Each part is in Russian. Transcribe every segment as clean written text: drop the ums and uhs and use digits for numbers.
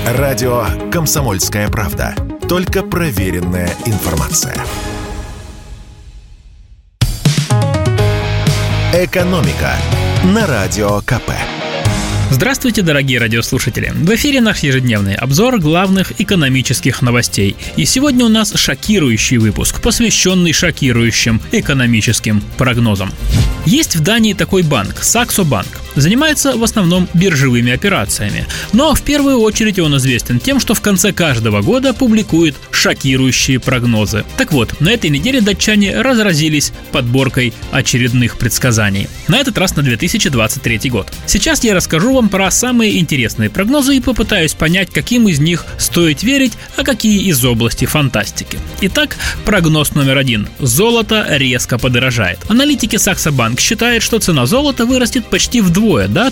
Радио «Комсомольская правда». Только проверенная информация. «Экономика» на Радио КП. Здравствуйте, дорогие радиослушатели! В эфире наш ежедневный обзор главных экономических новостей. И сегодня у нас шокирующий выпуск, посвященный шокирующим экономическим прогнозам. Есть в Дании такой банк – Saxo Bank. Занимается в основном биржевыми операциями. Но в первую очередь он известен тем, что в конце каждого года публикует шокирующие прогнозы. Так вот, на этой неделе датчане разразились подборкой очередных предсказаний. На этот раз на 2023 год. Сейчас я расскажу вам про самые интересные прогнозы и попытаюсь понять, каким из них стоит верить, а какие из области фантастики. Итак, прогноз номер 1. Золото резко подорожает. Аналитики Saxo Bank считают, что цена золота вырастет почти вдвое, до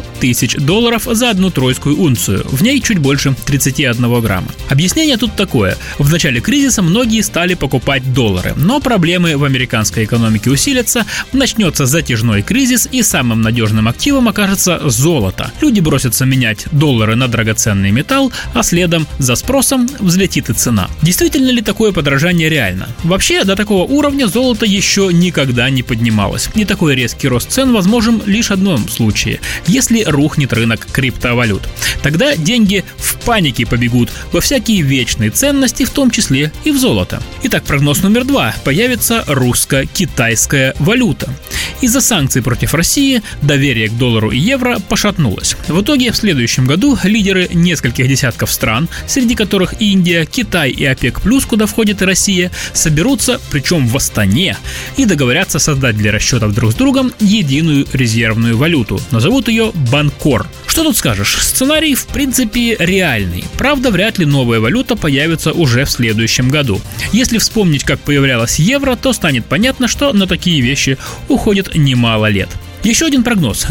$3000 за одну тройскую унцию. В ней чуть больше 31 грамма. Объяснение тут такое. В начале кризиса многие стали покупать доллары, но проблемы в американской экономике усилятся, начнется затяжной кризис, и самым надежным активом окажется золото. Люди бросятся менять доллары на драгоценный металл, а следом за спросом взлетит и цена. Действительно ли такое подорожание реально? Вообще, до такого уровня золото еще никогда не поднималось. И такой резкий рост цен возможен лишь в одном случае, если рухнет рынок криптовалют. Тогда деньги в панике побегут во всякие вечные ценности, в том числе и в золото. Итак, прогноз номер 2. Появится русско-китайская валюта. Из-за санкций против России доверие к доллару и евро пошатнулось. В итоге в следующем году лидеры нескольких десятков стран, среди которых Индия, Китай и ОПЕК+, куда входит и Россия, соберутся, причем в Астане, и договорятся создать для расчетов друг с другом единую резервную валюту. Назовут ее Банкор. Что тут скажешь? Сценарий в принципе реальный. Правда, вряд ли новая валюта появится уже в следующем году. Если вспомнить, как появлялось евро, то станет понятно, что на такие вещи уходит немало лет. Еще один прогноз. К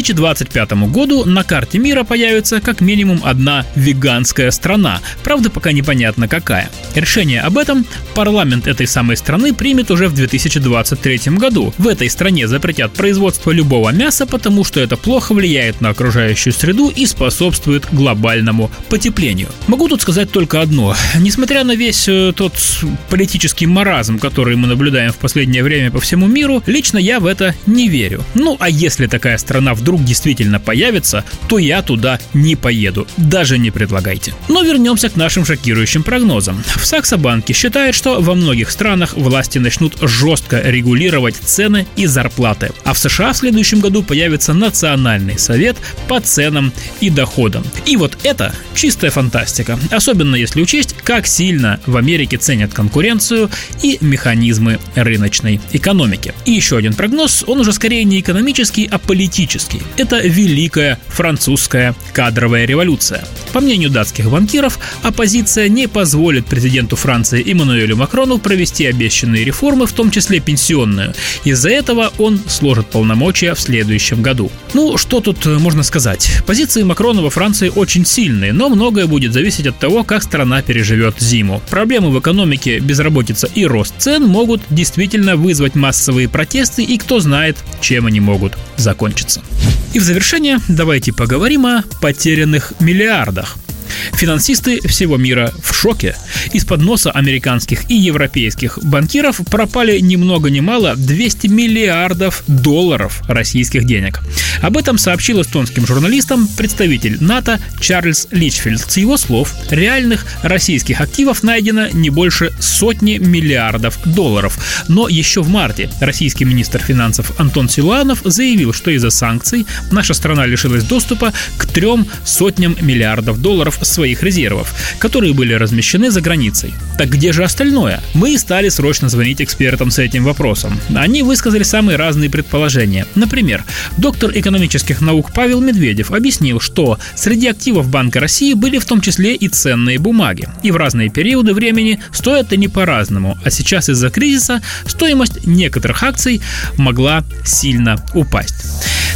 2025 году на карте мира появится как минимум одна веганская страна. Правда, пока непонятно какая. Решение об этом парламент этой самой страны примет уже в 2023 году. В этой стране запретят производство любого мяса, потому что это плохо влияет на окружающую среду и способствует глобальному потеплению. Могу тут сказать только одно. Несмотря на весь тот политический маразм, который мы наблюдаем в последнее время по всему миру, лично я в это не верю. А если такая страна вдруг действительно появится, то я туда не поеду. Даже не предлагайте. Но вернемся к нашим шокирующим прогнозам. В Saxo Bank считают, что во многих странах власти начнут жестко регулировать цены и зарплаты. А в США в следующем году появится Национальный совет по ценам и доходам. И вот это чистая фантастика. Особенно если учесть, как сильно в Америке ценят конкуренцию и механизмы рыночной экономики. И еще один прогноз, он уже скорее не экономический, а политический. Это Великая французская кадровая революция. По мнению датских банкиров, оппозиция не позволит президенту Франции Эммануэлю Макрону провести обещанные реформы, в том числе пенсионную. Из-за этого он сложит полномочия в следующем году. Что тут можно сказать? Позиции Макрона во Франции очень сильные, но многое будет зависеть от того, как страна переживет зиму. Проблемы в экономике, безработица и рост цен могут действительно вызвать массовые протесты, и кто знает, чем они могут закончиться. И в завершение давайте поговорим о потерянных миллиардах. Финансисты всего мира в шоке. Из-под носа американских и европейских банкиров пропали ни много ни мало 200 миллиардов долларов российских денег. Об этом сообщил эстонским журналистам представитель НАТО Чарльз Личфельд. С его слов, реальных российских активов найдено не больше сотни миллиардов долларов. Но еще в марте российский министр финансов Антон Силуанов заявил, что из-за санкций наша страна лишилась доступа к 300 миллиардов долларов своих резервов, которые были размещены за границей. Так где же остальное? Мы стали срочно звонить экспертам с этим вопросом. Они высказали самые разные предположения. Например, доктор экономических наук Павел Медведев объяснил, что среди активов Банка России были в том числе и ценные бумаги. И в разные периоды времени стоят они по-разному. А сейчас из-за кризиса стоимость некоторых акций могла сильно упасть.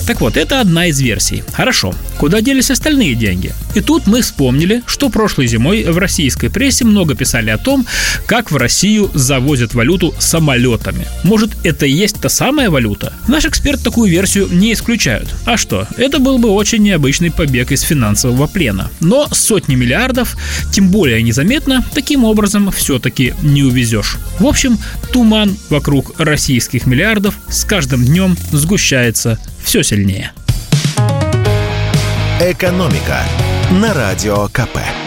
Так вот, это одна из версий. Хорошо, куда делись остальные деньги? И тут мы вспомнили, что прошлой зимой в российской прессе много писали о том, как в Россию завозят валюту самолетами. Может, это и есть та самая валюта? Наш эксперт такую версию не исключает. А что? Это был бы очень необычный побег из финансового плена. Но сотни миллиардов, тем более незаметно, таким образом все-таки не увезешь. В общем, туман вокруг российских миллиардов с каждым днем сгущается все сильнее. «Экономика» на Радио КП.